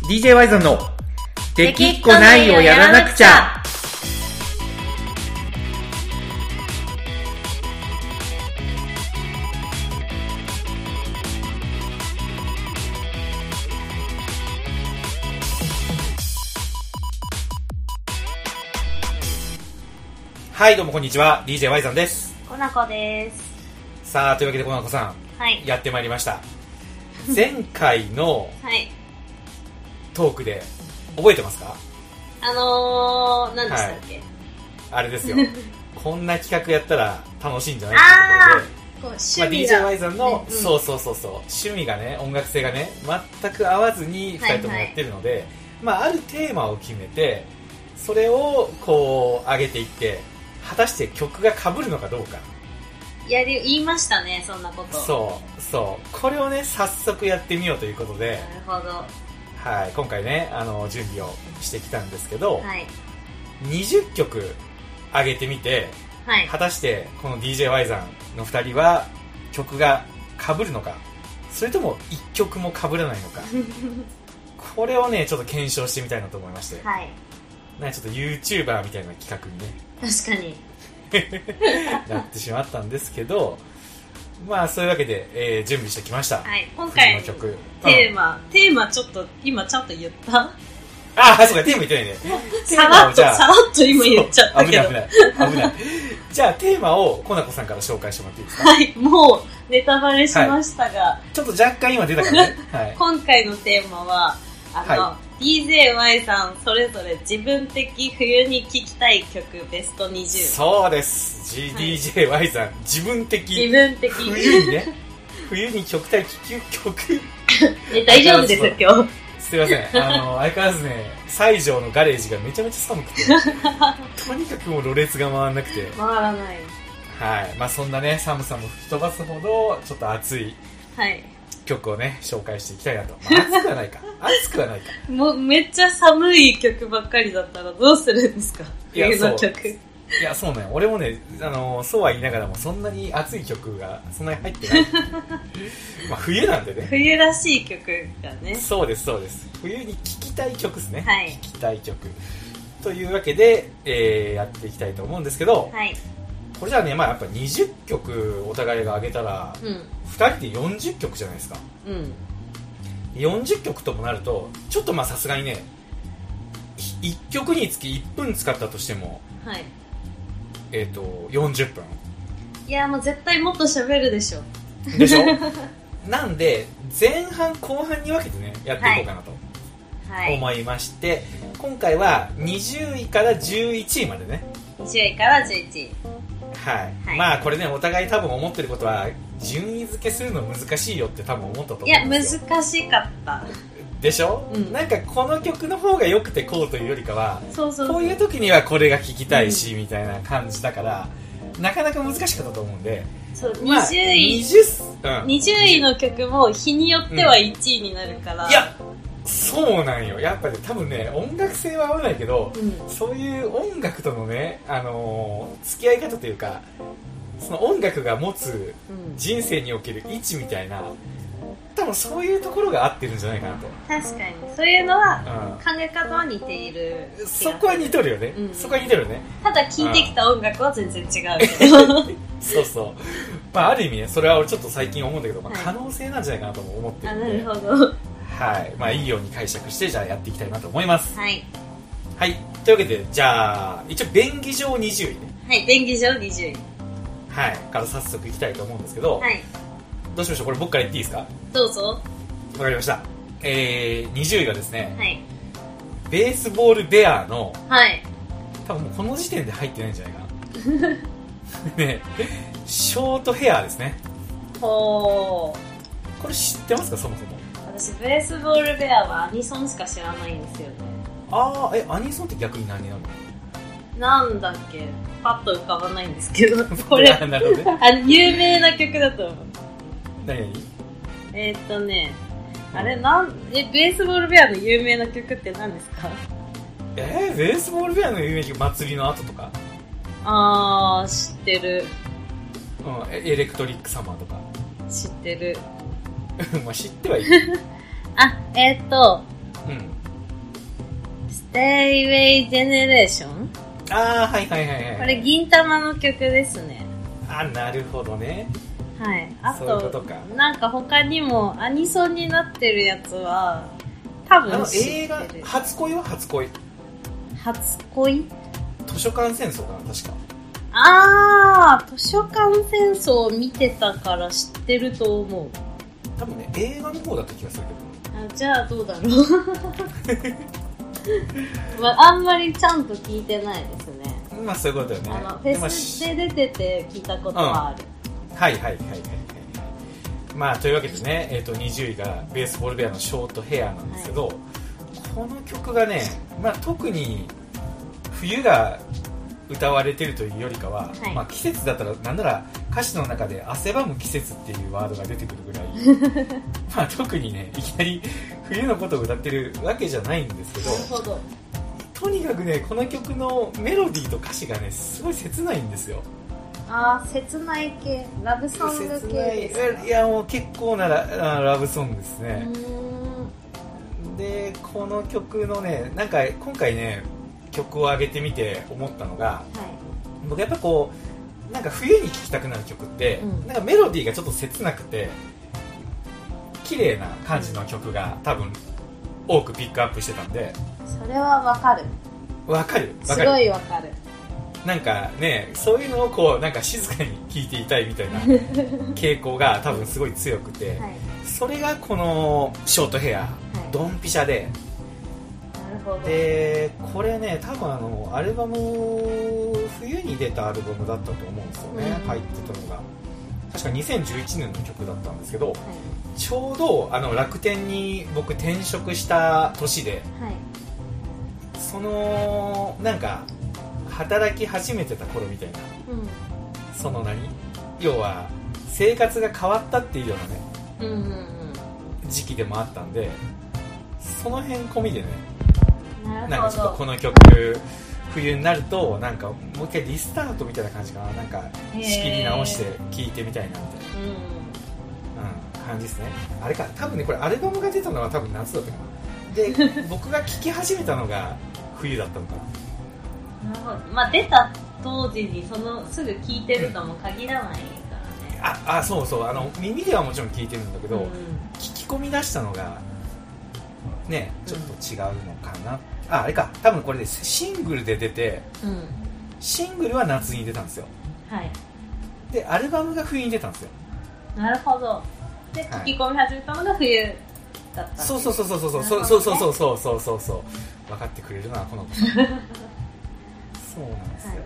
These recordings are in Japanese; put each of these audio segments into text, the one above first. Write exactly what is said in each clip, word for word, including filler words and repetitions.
ディージェー ワイゾンのできっこないをやらなくちゃ。はい、どうもこんにちは。ディージェー ワイゾンです。 コナコです。 さあ、というわけでコナコさん、 はい、 やってまいりました。前回のトークで覚えてますか？ あのー、何でしたっけ、はい、 あれですよ。こんな企画やったら楽しいんじゃないっていうことで、まあ、ディージェー ワイゾンの、ね、うん、そうそうそうそう、趣味がね、音楽性がね、全く合わずにふたりともやってるので、はいはい、まあ、あるテーマを決めて、それをこう上げていって、果たして曲が被るのかどうか。 いや、言いましたね、そんなこと。 そうそう、これをね、早速やってみようということで、 なるほど。 はい、今回ね、あの準備をしてきたんですけど、 はい、 にじゅっきょく上げてみて、 はい、 果たしてこの ディージェー ワイザンのふたりは曲が被るのか、それともいっきょくも被らないのか。これをね、ちょっと検証してみたいなと思いまして、 はい、 なんかちょっと YouTuber みたいな企画にね、 確かになってしまったんですけど、まあそういうわけで、えー、準備してきました。 はい、今回の曲テーマ、うん、テーマちょっと今ちゃんと言った？ ああ、そうか、テーマ言ってないね。 さらっとさらっと今言っちゃったけど、 危ない危ない危ない。じゃあテーマをコナコさんから紹介してもらっていいですか？ はい、もうネタバレしましたが、はい、 ちょっと若干今出たからね。はい、 今回のテーマはあの、はい、ディージェー ワイ さんそれぞれ自分的冬に聴きたい曲ベストにじゅう。 そうです、 ディージェー ワイ さん自分的自分的冬にね冬に聴きたい曲え大丈夫ですよ今日。 すいません、あの相変わらずね、西条のガレージがめちゃめちゃ寒くてとにかくもうろれつが回らなくて回らない。 はい、まあそんなね寒さも吹き飛ばすほどちょっと熱い、はい、曲をね紹介していきたいなと。まあ、熱くはないか熱くはないかもうめっちゃ寒い曲ばっかりだったらどうするんですか？冬の曲。 いや、そうね、俺もね、あのそうは言いながらもそんなに熱い曲がそんなに入ってないまあ冬なんでね、 冬らしい曲がね。 そうですそうです、冬に聴きたい曲ですね、 はい、 聴きたい曲というわけで、えー、やっていきたいと思うんですけど、 はい、 これじゃあね、まあやっぱにじゅっきょくお互いが上げたら、うん、ふたりでよんじゅっきょくじゃないですか、うん、よんじゅっきょくともなるとちょっとまあさすがにね、いっきょくにつきいっぷん使ったとしても、はい、えーとよんじゅっぷん。 いやもう絶対もっと喋るでしょでしょなんで前半後半に分けてねやっていこうかなと思いまして、はいはい、今回はにじゅういからじゅういちいまでね。 にじゅういからじゅういちい、 はい、はい、まあこれね、お互い多分思ってることは順位付けするの難しいよって多分思ったと思うんですよ。 いや難しかったでしょ、うん、なんかこの曲の方が良くてこうというよりかは、 そうそうそう、 こういう時にはこれが聴きたいし、うん、みたいな感じだからなかなか難しかったと思うんで、 そう、まあ、にじゅうい、にじゅう、うん、にじゅういの曲も日によってはいちいになるから、うん、 いやそうなんよ、やっぱり、ね、多分ね音楽性は合わないけど、うん、そういう音楽とのね、あのー、付き合い方というか、その音楽が持つ人生における位置みたいな、多分そういうところが合ってるんじゃないかなと。 確かにそういうのは、うん、考え方は似ている。 そこは似とるよね、うん、そこは似てるよね。 ただ聴いてきた音楽は全然違うけどそうそう、まあ、ある意味ね、それは俺ちょっと最近思うんだけど、まあ、可能性なんじゃないかなとも思ってるんで、 はい、なるほど、 はい、まあいいように解釈してじゃあやっていきたいなと思います。 はい、 はい、というわけでじゃあ一応便宜上にじゅういね。 はい、便宜上にじゅうい、 はい、から早速いきたいと思うんですけど、はい、どうしましょう、これ僕から言っていいですか？ どうぞ。 わかりました。えー、にじゅういがですね、はい、ベースボールベアの、はい、多分もうこの時点で入ってないんじゃないかなね、ショートヘアですね。 ほー、これ知ってますか？そもそも私ベースボールベアはアニソンしか知らないんですよね。 ああ、え、アニソンって逆に何なの？ なんだっけ、パッと浮かばないんですけどこれなるほど、ね、 あの有名な曲だと思う。 何々？ えー、っとね、あれなんえベースボールベアの有名な曲って何ですか？ えー、ベースボールベアの有名な曲、祭りの後とか。 あー、知ってる。 うん、エレクトリックサマーとか知ってるまあ知ってはいいあ、えー、っと、 うん、 Stay Away Generation。 ああ、はいはいはいはい。 これ銀玉の曲ですね。 あ、なるほどね。 はい。あと、 そういうことか。 なんか他にもアニソンになってるやつは、多分知ってる。映画、 初恋は初恋。 初恋？ 図書館戦争かな、確か。 あー、図書館戦争を見てたから知ってると思う。 多分ね、映画の方だった気がするけど。 あ、じゃあどうだろう。まあ、あんまりちゃんと聞いてないですね。 まあそういうことよね。 あのフェスで出てて聞いたことはある。 うん、はいはいはいはいはい。まあというわけでね、えー、とにじゅういがベースボールベアのショートヘアなんですけど、はい、この曲がね、まあ、特に冬が歌われてるというよりかは、はい、まあ、季節だったらなんなら歌詞の中で汗ばむ季節っていうワードが出てくるぐらいまあ特にね、いきなり冬のことを歌ってるわけじゃないんですけど、 なるほど。 とにかくね、この曲のメロディーと歌詞がね、すごい切ないんですよ。 あー、切ない系、ラブソング系ですか？ いや、もう結構な ラ, ラブソングですね。で、この曲のね、なんか今回ね、曲を上げてみて思ったのが、はい、僕やっぱこうなんか冬に聴きたくなる曲って、うん、なんかメロディーがちょっと切なくて綺麗な感じの曲が多分多くピックアップしてたんで、 それはわかるわかるすごいわかる。 なんかね、そういうのをこうなんか静かに聴いていたいみたいな傾向が多分すごい強くて、はい、それがこのショートヘア、はい、ドンピシャで、でこれね、多分あのアルバム冬に出たアルバムだったと思うんですよね、うん、入ってたのが確かにせんじゅういちねんの曲だったんですけど、はい、ちょうどあの楽天に僕転職した年で、はい、そのなんか働き始めてた頃みたいな、うん、その何要は生活が変わったっていうようなね、うんうんうん、時期でもあったんで、その辺込みでね、なんかちょっとこの曲冬になるとなんかもう一回リスタートみたいな感じかな、なんか仕切り直して聴いてみたいなみたいな、うんうん、感じですね。あれか、多分ね、これアルバムが出たのは多分夏だったかな。で僕が聴き始めたのが冬だったのかな。なるほど。 まあ出た当時にそのすぐ聴いてるとも限らないからね、 うん、ああ、そうそう、あの耳ではもちろん聴いてるんだけど、うん、聞き込み出したのがね、ちょっと違うのかな、うん、あ, あれか、多分これでシングルで出て、うん、シングルは夏に出たんですよ、はい、でアルバムが冬に出たんですよ。 なるほど。で聞き込み始めたのが冬だった、 そうそうそうそうそうそうそうそうそうそうそうそうそう分かってくれるなこの子さんそうなんですよ、はい、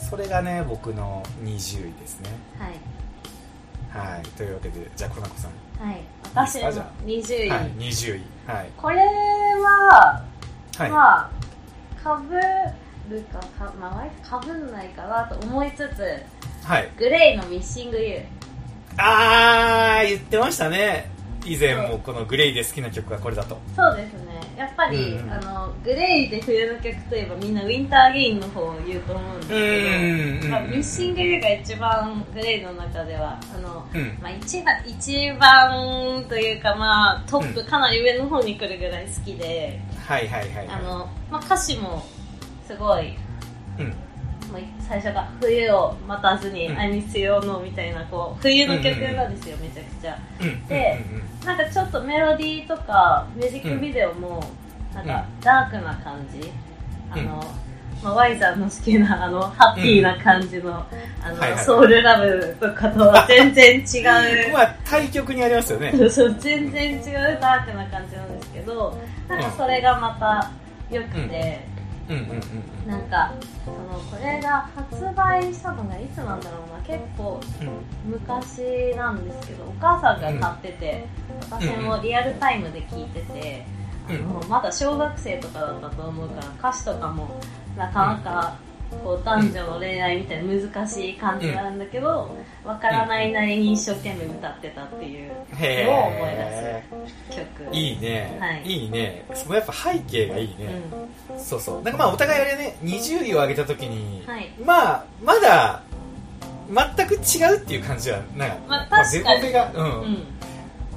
それがね僕のにじゅういですね。はいはい、というわけで、じゃあコナコさん、 はい、私のにじゅうい、 はい、にじゅうい、はい、 これははい、まあかぶるかか、まあ、かぶんないかなと思いつつ、はい、グレイのミッシングユー。 あー、言ってましたね以前も。このグレイで好きな曲はこれだと。 そうですね、やっぱり、うん、あのグレイで冬の曲といえばみんなウィンターゲインの方を言うと思うんですけど、まあ、ミッシングユーが一番グレイの中ではあの、うんまあ、一番一番というか、まあ、トップ、うん、かなり上の方に来るぐらい好きで、はいはいはいはい、あのまあ、歌詞もすごい、うん、最初が冬を待たずに、うん、I miss you no みたいなこう冬の曲なんですよ、うんうんうん、めちゃくちゃ、うん、で、うんうんうん、なんかちょっとメロディーとかミュージックビデオもなんかダークな感じ、うん、あの、まあ、ワイザーの好きなあのハッピーな感じの、うん、あの、はいはい、ソウルラブとかとは全然違うまあ対極にありますよねそう全然違うダークな感じなんですけど、なんかそれがまた良くて、うんうんうんうん、なんかそのこれが発売したのがいつなんだろうな、結構昔なんですけど、お母さんが買ってて、うん、私もリアルタイムで聞いてて、うん、あのまだ小学生とかだったと思うから歌詞とかもなかなかこう男女の恋愛みたいな難しい感じなんだけど、わからないなりに一生懸命歌ってたっていうのを思い出す曲。 いいね、はい、いいね。そのやっぱ背景がいいね、うん、そうそう。なんかまあお互いあれね、にじゅういを上げた時に、はい、まあまだ全く違うっていう感じはなんか、 まあ、確かに、 まあ、ゼロベが、うんうん、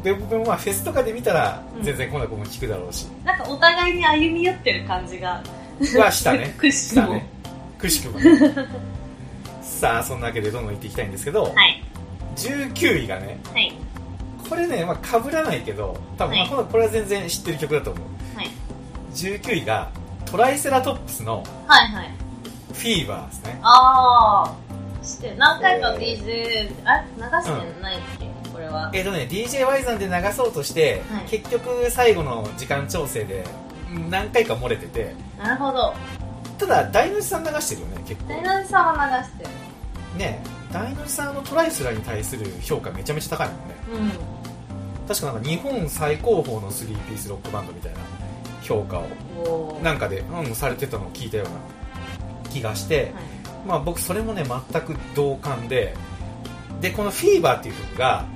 ベボベもまあフェスとかで見たら全然この子も聞くだろうし、 うん、なんかお互いに歩み寄ってる感じがはしたねくしくもねくしくもねさあそんなわけでどんどんいっていきたいんですけど、はい、じゅうきゅういがね、はい、これね、まあ、被らないけど多分、はい、まあ、これは全然知ってる曲だと思う、はい、じゅうきゅういがトライセラトップスのフィーバーですね、 ああ知ってる何回か ディージェー あ流してないっけ、うん、これはえっとね ディージェーワイ さんで流そうとして、はい、結局最後の時間調整で何回か漏れてて、 なるほど。 ただ大の字さん流してるよね結構。 大の字さんは流してるね。大の字さんのトライスラに対する評価めちゃめちゃ高いもんね、うん、確かなんか日本最高峰のスリーピースロックバンドみたいな評価をなんかで、うん、されてたのを聞いたような気がして、はい、まあ僕それもね全く同感で、でこのフィーバーっていう曲が、はい、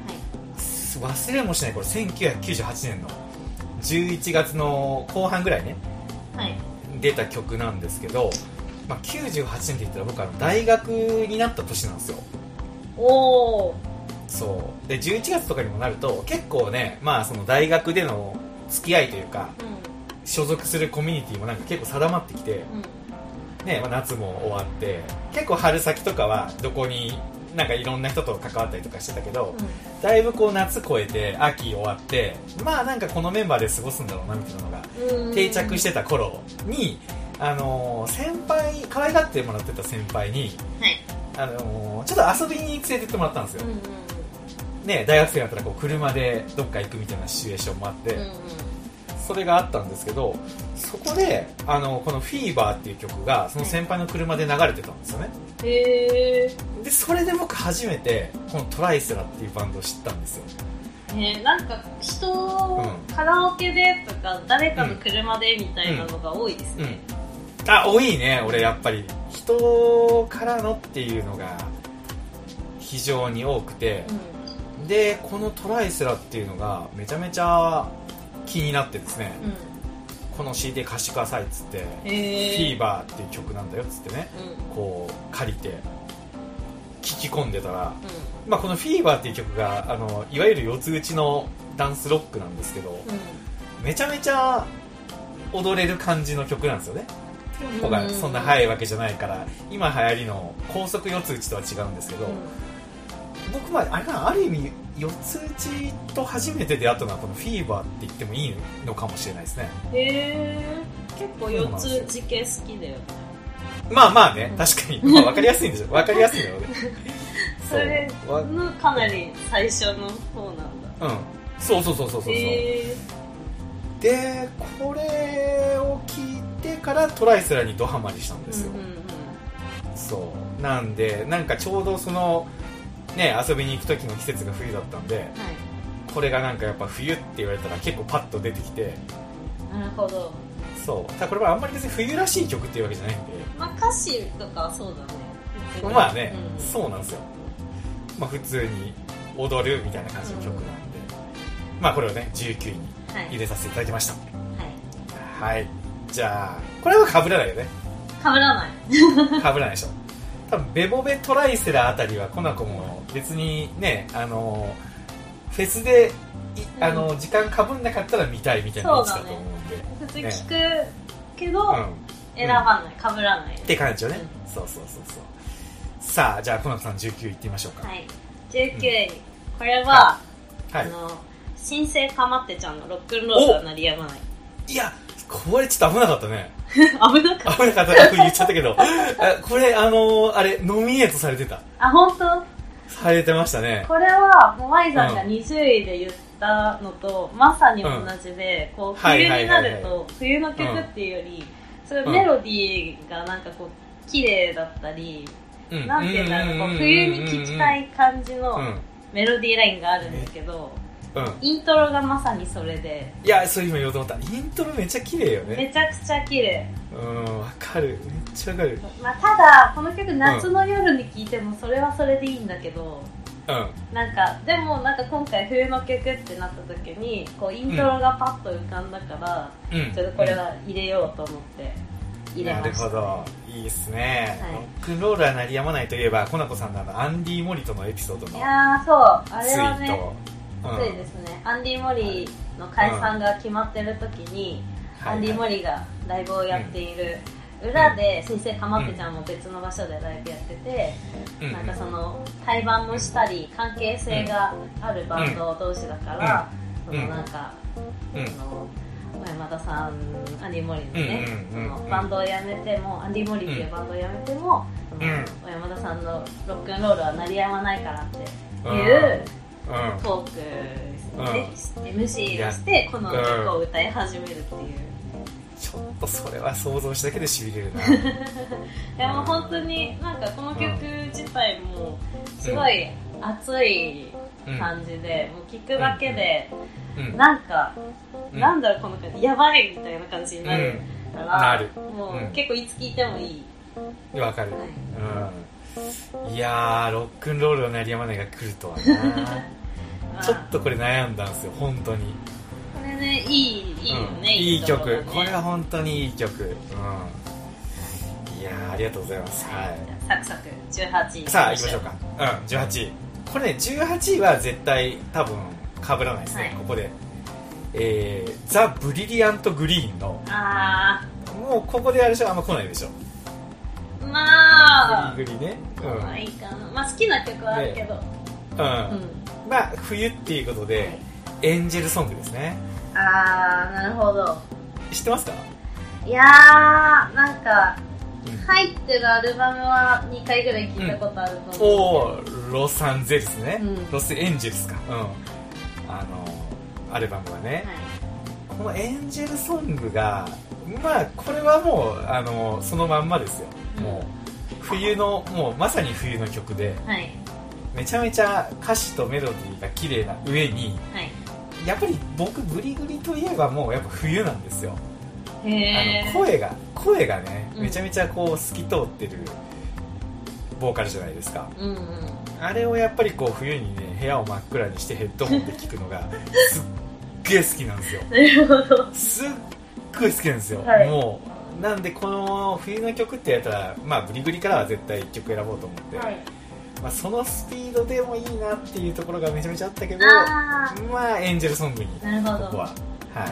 忘れもしないこれせんきゅうひゃくきゅうじゅうはちねんのじゅういちがつの後半ぐらいね、はい、出た曲なんですけど、まあ、きゅうじゅうはちねんって言ったら僕は大学になった年なんですよ。おー。そうでじゅういちがつとかにもなると結構ね、まあその大学での付き合いというか、うん、所属するコミュニティもなんか結構定まってきて、うんね、まあ、夏も終わって結構春先とかはどこになんかいろんな人と関わったりとかしてたけど、うん、だいぶこう夏越えて秋終わってまあなんかこのメンバーで過ごすんだろうなみたいなのが定着してた頃に、あのー、先輩可愛がってもらってた先輩に、はい、あのー、ちょっと遊びに連れてってもらったんですよ、うんうんね、大学生だったらこう車でどっか行くみたいなシチュエーションもあって、うんうん、それがあったんですけど、そこであのこのフィーバーっていう曲がその先輩の車で流れてたんですよね、うん、へー。でそれで僕初めてこのトライセラっていうバンドを知ったんですよ。 ね、なんか人、うん、カラオケでとか誰かの車でみたいなのが多いですね、うんうん、あ、多いね。俺やっぱり人からのっていうのが非常に多くて、うん、でこのトライセラっていうのがめちゃめちゃ気になってですね、うん、この シーディー 貸してくださいっつって、フィーバーっていう曲なんだよっつってね、うん、こう借りて聴き込んでたら、うん、まあ、このフィーバーっていう曲があのいわゆる四つ打ちのダンスロックなんですけど、うん、めちゃめちゃ踊れる感じの曲なんですよね。テンポがそんな速いわけじゃないから今流行りの高速四つ打ちとは違うんですけど、うん、僕はあれかある意味四つ打ちと初めて出会ったのはこのフィーバーって言ってもいいのかもしれないですね。 へー、結構四つ打ち系好きだよね。 まあまあね、確かに、まあ、分かりやすいんでしょ。分かりやすいのよねそれのかなり最初の方なんだ。うん、 そうそうそうそうそう、えー、でこれを聞いてからトライセラにドハマりしたんですよ、うんうんうん、そうなんでなんかちょうどそのね遊びに行く時の季節が冬だったんで、はい、これがなんかやっぱ冬って言われたら結構パッと出てきて。 なるほど。 そうただこれはあんまり別に冬らしい曲っていうわけじゃないんで、 まあ、歌詞とかはそうだね。 まあね、うん、そうなんですよ。まあ、普通に踊るみたいな感じの曲なんで、うん、まあこれをねじゅうきゅういに入れさせていただきました。はい、はい、じゃあこれは被らないよね。 被らない被らないでしょ。多分ベボベトライセラあたりはコナコも別にねあのフェスであの、うん、時間被んなかったら見たいみたいなやつだと思うんで、 普通に聞くけど、ね、うん、選ばない、被らない、 って感じよね、うん、そうそうそうそう。さあじゃあコナコさんじゅうきゅういってみましょうか。はい、 じゅうきゅうい、うん、これは、はい、あの新生かまってちゃんのロックンロールは鳴りやまない。 いやこれちょっと危なかったね危なかった危なかった言っちゃったけどこれあのー、あれノミネートされてた。 あ、本当？ されてましたね。 これはもうワイさんがにじゅういで言ったのと、うん、まさに同じで、こう冬になると冬の曲っていうより、うん、それメロディーがなんかこう綺麗だったり、うん、なんていうんだろう、こう冬に聴きたい感じのメロディーラインがあるんだけど、うん、イントロがまさにそれで。 いやそういう今言おうと思った。イントロめっちゃ綺麗よね。 めちゃくちゃ綺麗。 うん、わかる、めっちゃわかる。 まあ、ただこの曲夏の夜に聴いてもそれはそれでいいんだけど、うん、なんかでもなんか今回冬の曲ってなった時にこうイントロがパッと浮かんだから、うん、ちょっとこれは入れようと思って入れました、ね、なるほど、 いいっすね、はい、ロックンロールは鳴りやまないといえばコナコさんのあのアンディ・モリとのエピソードのいやそうあれはね、 そうですね、アンディ・モリーの解散が決まってる時に、うん、アンディ・モリーがライブをやっている裏で、うん、先生かまってちゃんも別の場所でライブやってて、うん、なんかその対バンもしたり関係性があるバンド同士だから、うん、そのなんか、うん、その小山田さん、アンディ・モリーのね、そのバンドをやめても、アンディ・モリーっていうバンドをやめても、その小山田さんのロックンロールは鳴りやまないからっていうトークですね、エムシー をしてこの曲を歌い始めるっていう。 ちょっとそれは想像しただけでしびれるな。 でも本当になんかこの曲自体もすごい熱い感じで、もう聴くだけでなんか、なんだろうこの曲やばいみたいな感じになるから、なるもう結構いつ聴いてもいい。 わかる、はい、うん、いやーロックンロールの鳴りやまないが来るとはな。ちょっとこれ悩んだんですよ本当に。 これね、いい、いいよね、うん、 いい曲、ね、これは本当にいい曲、うん、いやーありがとうございます、はい、 サクサクじゅうはちいさあ行きましょうか。うん、じゅうはちい、これねじゅうはちいは絶対多分被らないですね、はい、ここで、えー、ザ・ブリリアント・グリーンの、 あもうここでやる人はあんま来ないでしょ。 まあグリグリね、 うん、まあいいかな、まあ好きな曲はあるけど、 うん、うん、まあ冬っていうことで、はい、エンジェルソングですね。 あー、なるほど。 知ってますか？ いやー、なんか、うん、入ってるアルバムはにかいぐらい聞いたことあると思うけど、うん、 おー、ロサンゼルスね、うん、ロスエンジェルスか、うん、あのアルバムはね、はい、このエンジェルソングがまあこれはもうあのそのまんまですよ、うん、もう冬のもうまさに冬の曲で、はい、めちゃめちゃ歌詞とメロディーが綺麗な上に、はい、やっぱり僕グリグリといえばもうやっぱ冬なんですよ。 へあの声が声がね、めちゃめちゃこう透き通ってるボーカルじゃないですか、うんうん、あれをやっぱりこう冬にね部屋を真っ暗にしてヘッドホンで聴くのがすっげえ好きなんですよ。 なるほど、 すっごい好きなんですよ、 はい、 もうなんでこの冬の曲ってやったらまあグリグリからは絶対いっきょく選ぼうと思って、はい、まあ、そのスピードでもいいなっていうところがめちゃめちゃあったけど、あまあエンジェルソングにここは、はい、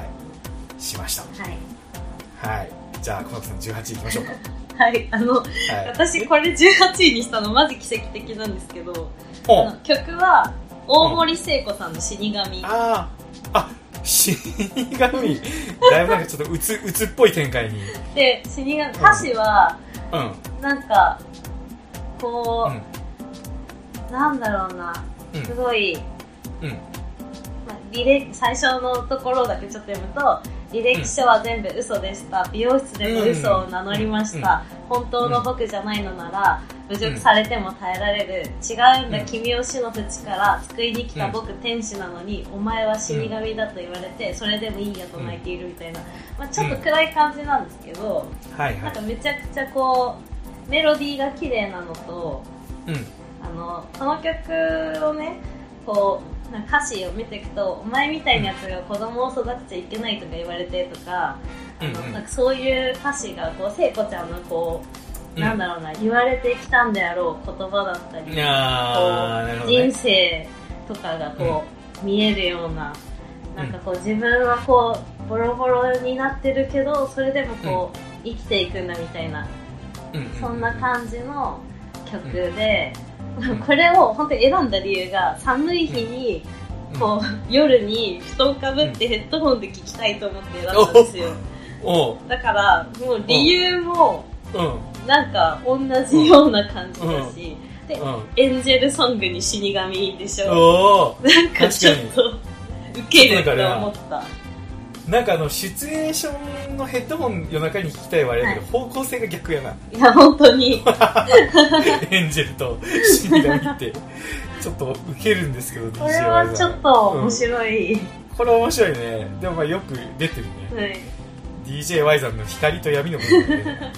しました。はい、はい、じゃあ小松さんじゅうはちいいきましょうか。 はい、あの、はい、私これじゅうはちいにしたのマジ奇跡的なんですけど、あの曲は大森聖子さんの死神。 ああ、死神だいぶなんかちょっとうつ、うつっぽい展開にで、死神、歌詞は、うん、なんかこう、うん、なんだろうな、すごい、うん、まあ、履歴最初のところだけちょっと読むと、履歴書は全部嘘でした、美容室でも嘘を名乗りました、本当の僕じゃないのなら侮辱されても耐えられる、違うんだ君を死の淵から救いに来た僕天使なのにお前は死神だと言われてそれでもいいやと泣いているみたいな、まあ、ちょっと暗い感じなんですけど、なんかめちゃくちゃこうメロディーが綺麗なのと、うん、あのこの曲をねこう歌詞を見ていくと、お前みたいなやつが子供を育てちゃいけないとか言われてとか、あのなんかそういう歌詞がこう聖子ちゃんのこう、うん、なんだろうな、言われてきたんであろう言葉だったり、こう、ね、人生とかがこう、うん、見えるような、なんかこう自分はこうボロボロになってるけどそれでもこう、うん、生きていくんだみたいな、うん、そんな感じの曲で。うん、これを本当に選んだ理由が、寒い日にこう、うん、夜に布団かぶってヘッドホンで聴きたいと思って選んだんですよ。おだからもう理由もなんか同じような感じだし、うん、で、うん、エンジェルソングに死神でしょ。なんかちょっとウケると思った。 なんかあのシチュエーションのヘッドホン夜中に聴きたいはあれだけど、はい、方向性が逆やな。 いや本当にエンジェルと死神ってちょっとウケるんですけど、 これはちょっと面白い、うん、 これ面白いね。でもまあよく出てるね、はい、ディージェーワイ さんの光と闇の部分で、ね、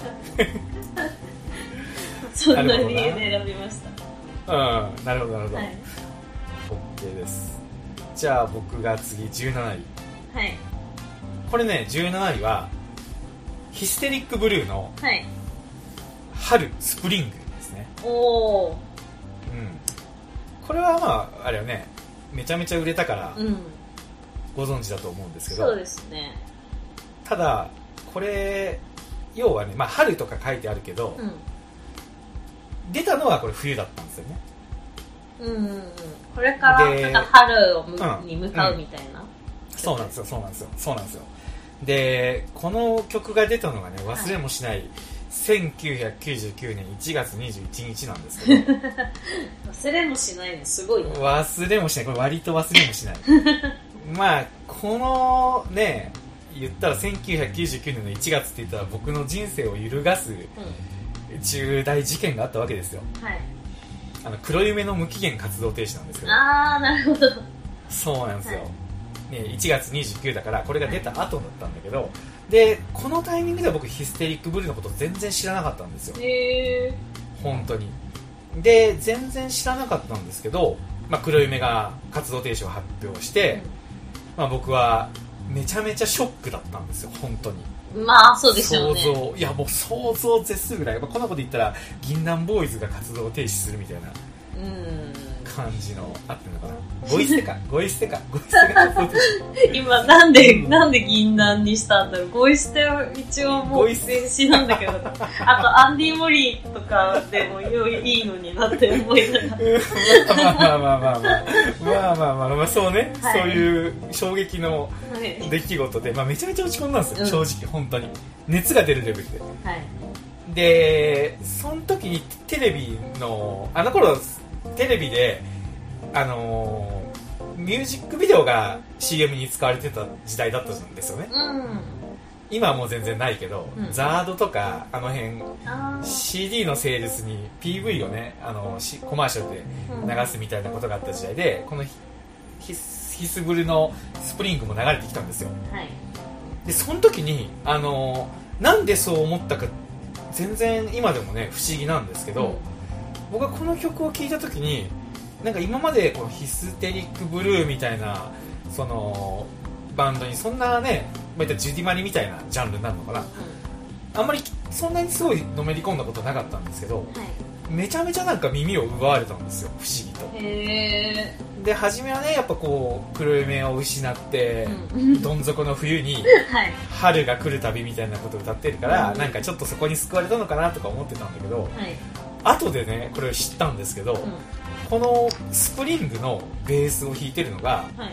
そんな理由で選びました。 うん、なるほどなるほど、はい、OK です。じゃあ僕が次じゅうなない。はい、これねじゅうなないはヒステリックブルーの春スプリングですね。 おー、うん、 これはまああれよね、 めちゃめちゃ売れたから、 うん、 ご存知だと思うんですけど、 そうですね。 ただこれ要はね、まあ、春とか書いてあるけど、うん、出たのはこれ冬だったんですよね。 うんうんうん、これからなんか春をむ、うん、に向かうみたいな、うん、 そうなんですよそうなんですよそうなんですよ。でこの曲が出たのがね、忘れもしない、はい、せんきゅうひゃくきゅうじゅうきゅうねんいちがつにじゅういちにちなんですけど忘れもしないのすごいな。 忘れもしない、これ割と忘れもしないまあこのね、言ったらせんきゅうひゃくきゅうじゅうきゅうねんのいちがつって言ったら僕の人生を揺るがす重大事件があったわけですよ、はい、あの黒夢の無期限活動停止なんですけど。 あー、なるほど。 そうなんですよ、はい、ね、いちがつにじゅうくだからこれが出た後だったんだけど、でこのタイミングでは僕ヒステリックブルーのこと全然知らなかったんですよ。 へー、 本当に。で全然知らなかったんですけど、まあ、黒夢が活動停止を発表して、うん、まあ、僕はめちゃめちゃショックだったんですよ、本当に。 まあそうでしょうね。 想像、いやもう想像を絶するぐらい、まあ、こんなこと言ったら銀杏ボーイズが活動を停止するみたいな感じのあってるのかな。ゴイステかゴイステかゴイステが活動停止今なんで、うん、なんで銀杏にしたんだろう。ゴイステは一応もう停止なんだけどあとアンディ・モリーとかでもいいのになって思いながらまあまあまあまあまあまあまあまあまあそうね、はい、そういう衝撃の出来事で、まあ、めちゃめちゃ落ち込んだんですよ、うん、正直本当に熱が出るレベルで、はい、でその時にテレビのあの頃テレビであのーミュージックビデオが シーエム に使われてた時代だったんですよね、うん、今はもう全然ないけど、うん、ザードとかあの辺 シーディー のセールスに ピーブイ をね、あのコマーシャルで流すみたいなことがあった時代で、このヒスブルのスプリングも流れてきたんですよ、はい、でその時にあのなんでそう思ったか全然今でもね不思議なんですけど、うん、僕はこの曲を聴いた時になんか今までこのヒステリックブルーみたいなそのバンドにそんなね、まあ、ジュディマリみたいなジャンルになるのかな、うん、あんまりそんなにすごいのめり込んだことなかったんですけど、はい、めちゃめちゃなんか耳を奪われたんですよ、不思議と。 へー。 で初めはねやっぱこう黒夢を失って、うん、どん底の冬に春が来るたびみたいなことを歌ってるから、はい、なんかちょっとそこに救われたのかなとか思ってたんだけど、はい、後でねこれを知ったんですけど、うん、このスプリングのベースを弾いてるのが、はい、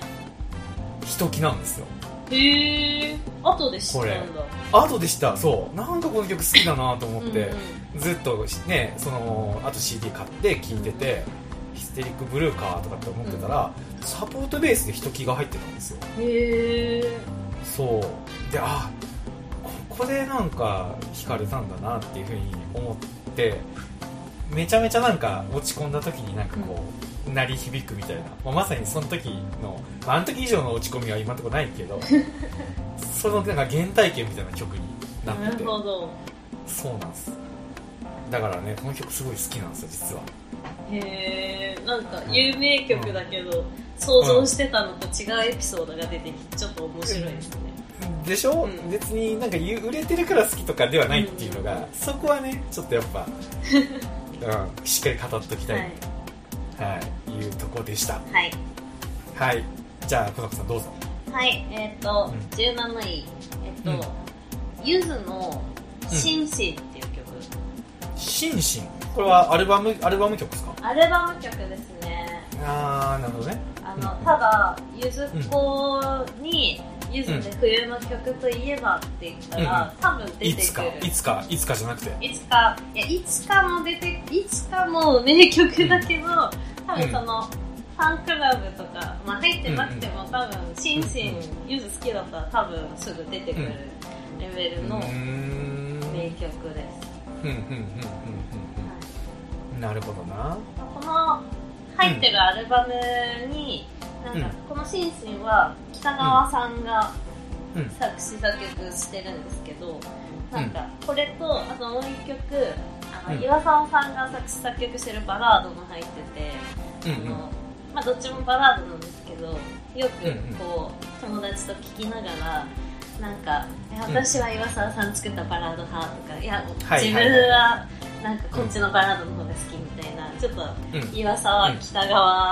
ひときなんですよ。 へえ。後で知ったんだ。 後で知った。そうなんかこの曲好きだなと思って、うん、うん、ずっとねそのあと シーディー 買って聴いてて、うん、ヒステリックブルーかとかって思ってたら、うん、サポートベースでひときが入ってたんですよ。 へえ。 そうで、あここでなんか弾かれたんだなっていう風に思って、めちゃめちゃなんか落ち込んだ時になんかこう、うん、鳴り響くみたいな、まあ、まさにその時の、まあ、あの時以上の落ち込みは今のところないけどそのなんか原体験みたいな曲になってて。なるほど。そうなんです。だからねこの曲すごい好きなんですよ実は。 へー、なんか有名曲だけど、うん、想像してたのと違うエピソードが出てきてちょっと面白いですね、 うん、でしょ、うん、別になんか売れてるから好きとかではないっていうのが、うん、そこはねちょっとやっぱうん、しっかり語っときたい、はいはい、いうところでした。はい、はい、じゃあこの子さんどうぞ。 はい、えっ、ー、と、うん、じゅうなない、えっ、ー、と、うん、ゆずのシンシンっていう曲。 うん、シンシン、これはアルバムアルバム曲ですか？ アルバム曲ですね。 あー、なるほどね。 あの、うん、ただゆずっ子に、うん、ゆずで冬の曲といえばって言ったら、うん、多分出てくる。 いつかいつかいつかじゃなくて。 いつかいやいつかも出ていつかも名曲だけど、うん、多分その、うん、ファンクラブとか、まあ、入ってなくても、うん、多分シンシン、うん、ゆず好きだったら多分すぐ出てくるレベルの名曲です。うんうんうんうんうん。なるほどな。 この入ってるアルバムに、なんかこのシンシンは北川さんが作詞作曲してるんですけど、なんかこれとあともう一曲あの岩沢さんが作詞作曲してるバラードも入ってて、うんうん、あのまあ、どっちもバラードなんですけど、よくこう友達と聴きながらなんか私は岩沢さん作ったバラード派とか、いや自分はなんかこっちのバラードの方が好きみたいな、ちょっと岩沢、北川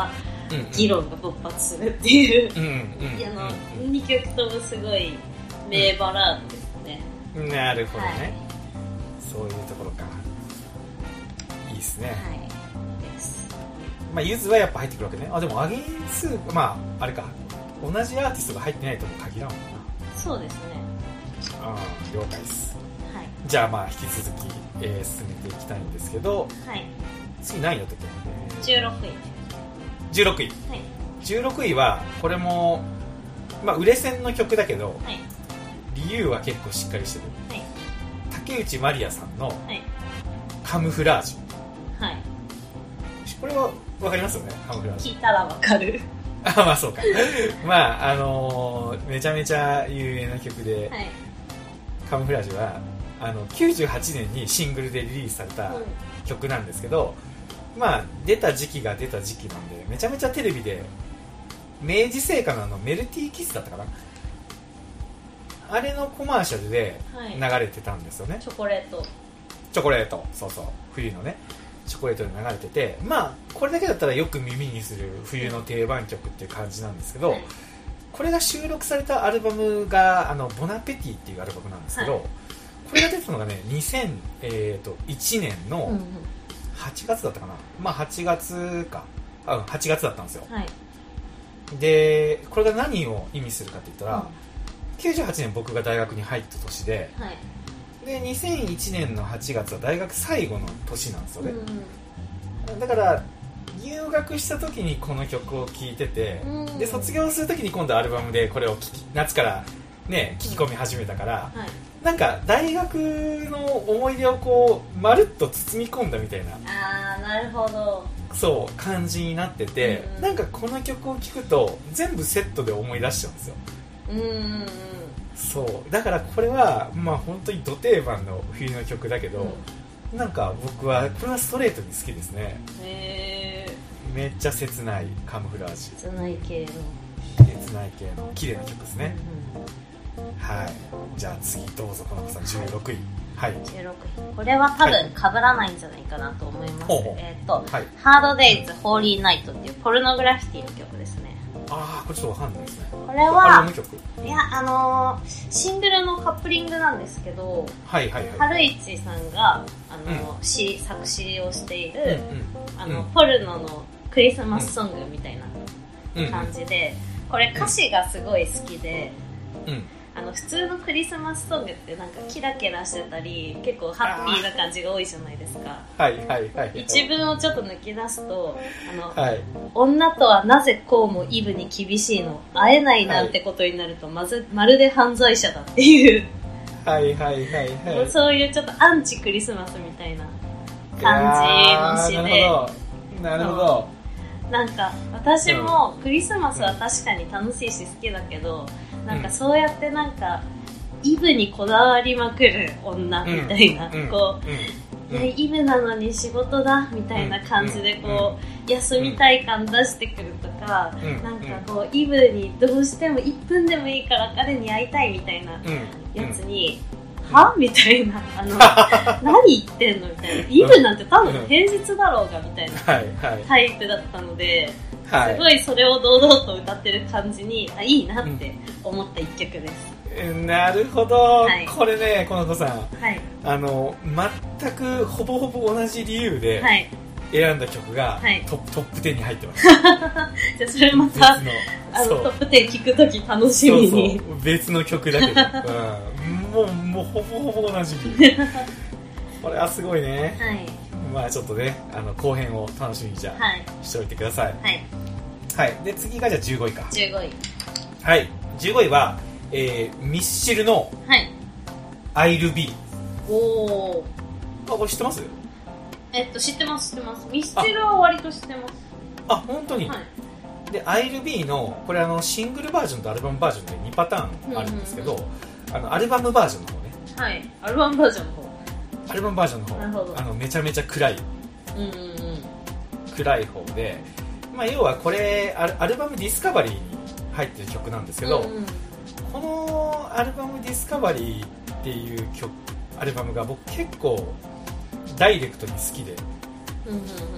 議論が勃発するっていう、うんうん、いやの、うん、にきょくともすごい名バラードですね、 うん、なるほどね、はい、そういうところかいいですね、はいですまあ、ゆずはやっぱ入ってくるわけね。あでもアゲインスーまああれか同じアーティストが入ってないとも限らんもんな。 そうですね。 ああ了解です、はい、じゃあまあ引き続き、えー、進めていきたいんですけど、はい、次何位だったっけ。 じゅうろくい。 じゅうろくい、はい、じゅうろくいはこれもまあ売れ線の曲だけど、はい、理由は結構しっかりしてる、はい、竹内まりやさんのカムフラージュ、はい、これは分かりますよね。カムフラージュ聞いたら分かるあまあそうかまああのー、めちゃめちゃ有名な曲で、はい、カムフラージュはあのきゅうじゅうはちねんにシングルでリリースされた曲なんですけど、うん、まあ出た時期が出た時期なんでめちゃめちゃテレビで明治製菓のあのメルティーキスだったかなあれのコマーシャルで流れてたんですよね、はい、 チョコレートチョコレートそうそう冬のねチョコレートで流れててまあこれだけだったらよく耳にする冬の定番曲っていう感じなんですけど、はい、これが収録されたアルバムがあのボナペティっていうアルバムなんですけど、はい、これが出たのがねにせんいちねんのはちがつだったかな、まあはちがつかあはちがつだったんですよ、はい、でこれが何を意味するかって言ったら、うん、きゅうじゅうはちねん僕が大学に入った年で、はいでにせんいちねんのはちがつは大学最後の年なんですよね、うん、だから入学した時にこの曲を聴いてて、うん、で卒業する時に今度アルバムでこれを聴き夏からね聴き込み始めたから、うんはい、なんか大学の思い出をこうまるっと包み込んだみたいなあーなるほどそう感じになってて、うん、なんかこの曲を聴くと全部セットで思い出しちゃうんですよ。うんそうだからこれはまあ本当にド定番の冬の曲だけど、うん、なんか僕はこれはストレートに好きですね。へーめっちゃ切ないカムフラージュ切ない系の切ない系の綺麗な曲ですね、うんうん、はいじゃあ次どうぞこの子さんじゅうろくいはいじゅうろくいこれは多分被らないんじゃないかなと思います、はい、えっ、ー、と、はい、ハードデイズホーリーナイトっていうポルノグラフィティの曲ですね。 ああこれちょっとわかんないですね。 これはいやあのー、シングルのカップリングなんですけど、はいはいはい、春市さんがあの、うん、詩作詞をしている、うんうん、あの、うん、ポルノのクリスマスソングみたいな感じで、うん、これ歌詞がすごい好きで、うん、あの普通のクリスマスソングってなんかキラキラしてたり結構ハッピーな感じが多いじゃないですか。はいはいはい、はい、一文をちょっと抜き出すとあの、はい、女とはなぜこうもイブに厳しいの会えないなんてことになると、はい、まずまるで犯罪者だっていうはいはいはい、はい、そういうちょっとアンチクリスマスみたいな感じの詩でなるほどなんか私もクリスマスは確かに楽しいし好きだけど、うん、なんかそうやってなんかイブにこだわりまくる女みたいな、うん、こう、うん、いやイブなのに仕事だみたいな感じでこう、うん、休みたい感出してくるとか、うん、なんかこうイブにどうしてもいっぷんでもいいから彼に会いたいみたいなやつに、うん、はみたいなあの何言ってんのみたいなイブなんてただの平日だろうがみたいなタイプだったので、はい、すごいそれを堂々と歌ってる感じにあいいなって思った一曲です、 うん、なるほど、はい、これねこの子さん、はい、あの全くほぼほぼ同じ理由で選んだ曲が、はい、ト, トップじゅうに入ってますじゃあそれまたあのトップじゅう聴くとき楽しみにそうそう別の曲だけど、うん、もうもうほぼほぼ同じ理由これはすごいね、はい、まあちょっとねあの後編を楽しみにじゃあ、はい、しておいてくださいはい、はい、で次がじゃあじゅうごいかじゅうごいはいじゅうごいは、えー、ミッシルの、はい、I'll Be おーあこれ知ってます？ えっと知ってます知ってますミスチルは割と知ってますあ本当に、はい、で I'll Be のこれあのシングルバージョンとアルバムバージョンでにパターンあるんですけど、うんうんうん、あのアルバムバージョンの方ねはいアルバムバージョンの方アルバムバージョンの方なるほどあのめちゃめちゃ暗い、うんうんうん、暗い方で、まあ、要はこれアルバムディスカバリーに入ってる曲なんですけど、うんうん、このアルバムディスカバリーっていう曲アルバムが僕結構ダイレクトに好きで、うんうんうん、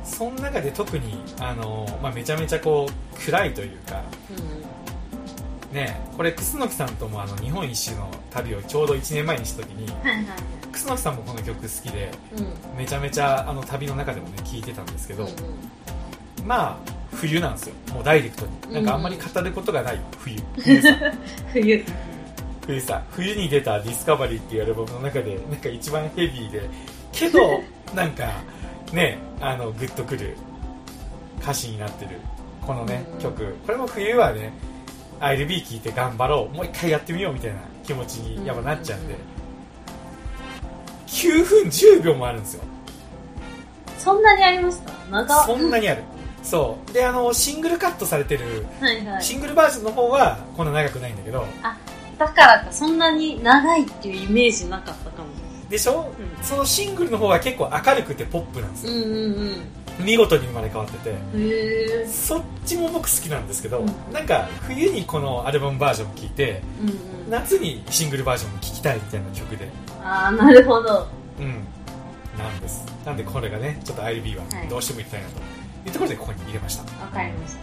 その中で特にあの、まあ、めちゃめちゃこう暗いというか、うん、ね、これ楠木さんともあの日本一周の旅をちょうどいちねんまえにした時に、はいはい、楠木さんもこの曲好きで、うん、めちゃめちゃあの旅の中でもね聴いてたんですけど、うんうん、まあ冬なんですよ、もうダイレクトになんかあんまり語ることがない冬、うん、冬さ冬冬さ冬に出たディスカバリーっていうアルバムの中でなんか一番ヘビーでけどなんかね、あのグッとくる歌詞になってるこのね、うん、曲、これも冬はね アイエルビー 聴いて頑張ろう、もう一回やってみようみたいな気持ちにやっぱなっちゃうんで、うんうんうん、きゅうふんじゅうびょうもあるんですよ。 そんなにありました？長っ。 そんなにある。そうで、あのシングルカットされてる、はいはい、シングルバージョンの方はこんな長くないんだけど、 あ、だからかそんなに長いっていうイメージなかったかもでしょ、うん、そのシングルの方は結構明るくてポップなんですよ、うんうんうん、見事に生まれ変わってて、へそっちも僕好きなんですけど、うん、なんか冬にこのアルバムバージョンを聴いて、うんうん、夏にシングルバージョンを聴きたいみたいな曲で、 ああ、なるほど、 うん、なんです。なんでこれがねちょっと アイエルビー はどうしても言いたいなというところでここに入れました。 わかりました。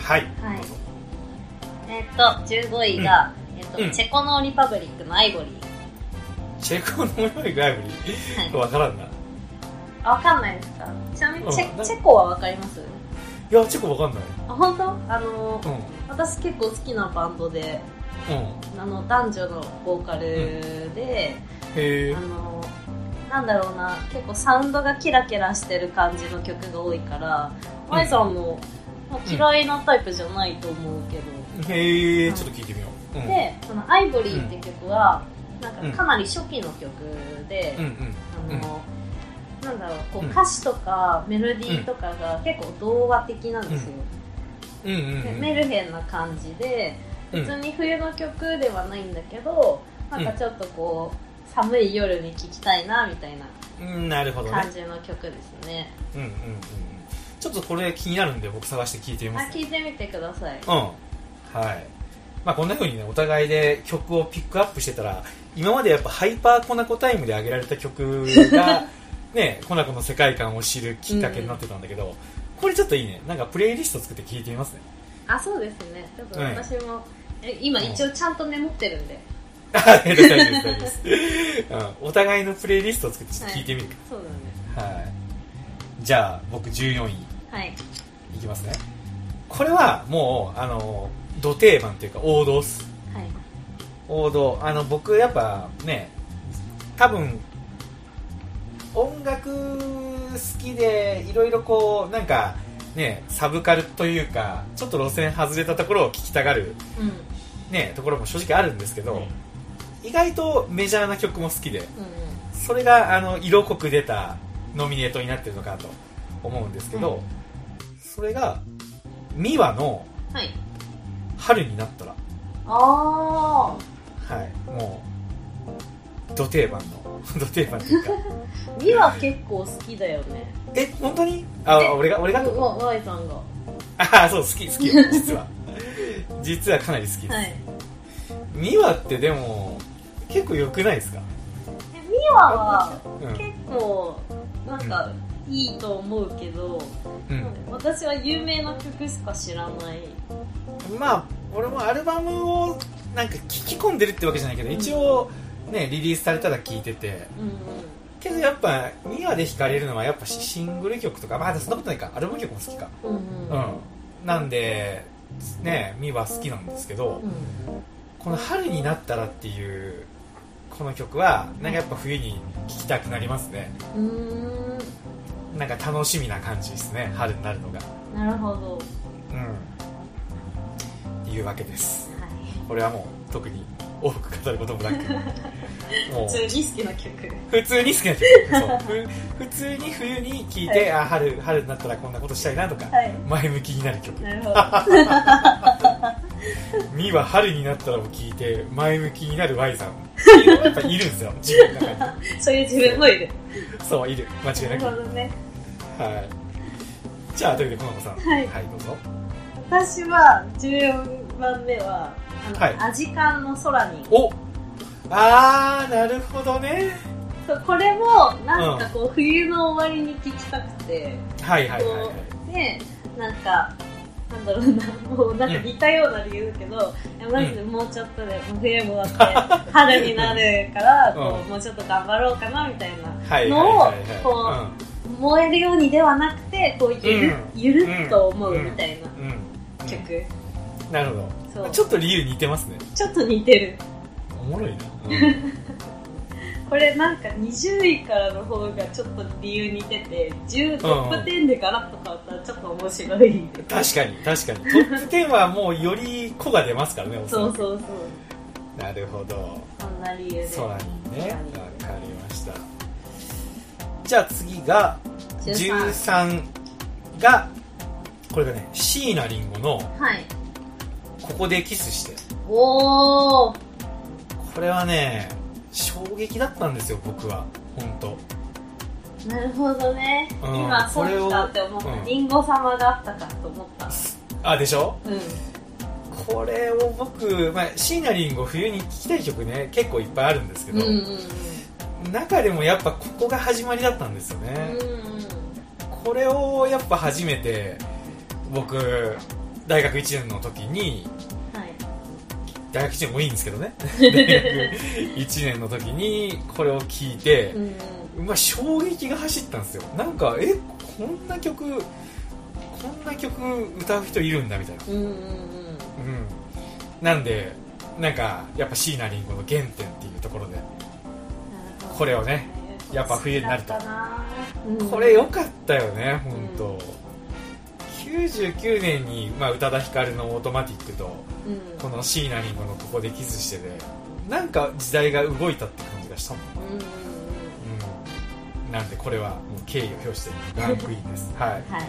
はい、はい、 どうぞ。えー、っとじゅうごいが、うん、えー、っと、うん、チェコのリパブリックのアイボリー。 チェコのリパブリックのアイボリー、はい、分からんな。 分かんないですか？ちなみにチ ェ, チェコは分かります？ いや、チェコ分かんない。 あ、本当？あの、うん、私結構好きなバンドで、うん、あの男女のボーカルで、うん、へー、あのなんだろうな、結構サウンドがキラキラしてる感じの曲が多いから、マイさんも、まあ、嫌いなタイプじゃないと思うけど、 うん、へー、ちょっと聞いてみよう、うん、 で、そのアイボリーって曲は、なんかかなり初期の曲で、うんうん、あの、うん、なんだろう、こう歌詞とかメロディーとかが結構童話的なんですよ、うんうんうんうん、でメルヘンな感じで、別に冬の曲ではないんだけど、なんかちょっとこう、寒い夜に聴きたいなみたいな感じの曲ですね。 うんうんうん。ちょっとこれ気になるんで僕探して聴いてみます、ね。 あ、聞いてみてください。 うん。はい。まあこんな風にね、お互いで曲をピックアップしてたら、今までやっぱハイパーコナコタイムで上げられた曲がね、コナコの世界観を知るきっかけになってたんだけど、うん、これちょっといいね。なんかプレイリスト作って聴いてみますね。 あ、そうですね。ちょっと私も、うん、え今一応ちゃんとメモってるんで。 大丈夫です大丈夫です、うん、お互いのプレイリストを作ってちょっと聞いてみるか、 はい、そうだね、 はい、じゃあ僕じゅうよんい、 はい、 いきますね。これはもうあのド定番というか王道っす、はい、王道。あの僕やっぱね、多分音楽好きでいろいろこうなんかね、サブカルというかちょっと路線外れたところを聴きたがる、うんね、ところも正直あるんですけど、はい、意外とメジャーな曲も好きで、うんうん、それがあの色濃く出たノミネートになってるのかなと思うんですけど、うん、それがミワの春になったら、 はい、 あ、はい、もうド定番のド定番というかミワ結構好きだよね。 え、本当に？あ、俺が俺がワイさんが、 あ、そう、好き好き実は実はかなり好きです、はい、ミワってでも結構良くないですか？ ミワは結構なんかいいと思うけど、うん、私は有名な曲しか知らない。 まあ俺もアルバムをなんか聴き込んでるってわけじゃないけど、うん、一応ねリリースされたら聴いてて、うんうん、けどやっぱミワで惹かれるのはやっぱシングル曲とか、まあそんなことないか、アルバム曲も好きか、うんうんうん、なんでね、ミワ好きなんですけど、うん、この春になったらっていうこの曲はなんかやっぱ冬に聴きたくなりますね。うーん、なんか楽しみな感じですね、春になるのが。 なるほど、 うん、いうわけです、はい、これはもう特に多く語ることもなくもう普通に好きな曲、 普通に好きな曲そう普通に冬に聴いて、はい、あ 春, 春になったらこんなことしたいなとか、はい、前向きになる曲。なるほどミは春になったらも聴いて前向きになる Y さんやっぱいるんですよ、自分の中に。 そういう自分もいる。 そう、いる、間違いなく。 なるほどね。 はい。じゃあというわけでこの子さん、はい、はい、どうぞ。 私はじゅうよんばんめはあの、はい、アジカンの空に。 お、あー、なるほどね。 そうこれもなんかこう、うん、冬の終わりに聴きたくて、 はいはいはい、はい、 でなんかなんだろうな、もうなんか似たような理由だけど、うん、マジでもうちょっとで、もう冬も終わって春になるからこう、うん、もうちょっと頑張ろうかなみたいなのをこう燃えるようにではなくてこうゆる、うん、ゆるっと思うみたいな曲、 うん、なるほど。そうちょっと理由似てますね。 ちょっと似てる。 おもろいな、うんこれなんかにじゅういからの方がちょっと理由似ててじゅうトップじゅうでガラッと変わったらちょっと面白い、うん、 確かに確かにトップじゅうはもうより子が出ますからね。 そうそうそうなるほど。 そんな理由で空にね、わかりました。じゃあ次がじゅうさんがこれがね椎名林檎のここでキスして、はい、 おーこれはね衝撃だったんですよ僕は本当。 なるほどね、うん、今そう来たって思った、うん、リンゴ様があったかと思った。 あでしょ、 うん、 これを僕、まあ、椎名林檎冬に聴きたい曲ね結構いっぱいあるんですけど、うんうんうん、中でもやっぱここが始まりだったんですよね、うんうん、これをやっぱ初めて僕大学いちねんの時に、大学いちねんもいいんですけどね大学いちねんの時にこれを聴いて、うんまあ、衝撃が走ったんですよ。なんかえこんな曲こんな曲歌う人いるんだみたいな、うんうんうんうん、なんでなんかやっぱ椎名林檎の原点っていうところでこれをねやっぱ冬になると、うん、これ良かったよね本当、うん、きゅうじゅうきゅうねんに、まあ、宇多田ヒカルのオートマティックと、うん、この椎名林檎のここでキスしてでなんか時代が動いたって感じがしたもん、うんうんうん、なんでこれはもう敬意を表してランクインですはい、はいはい、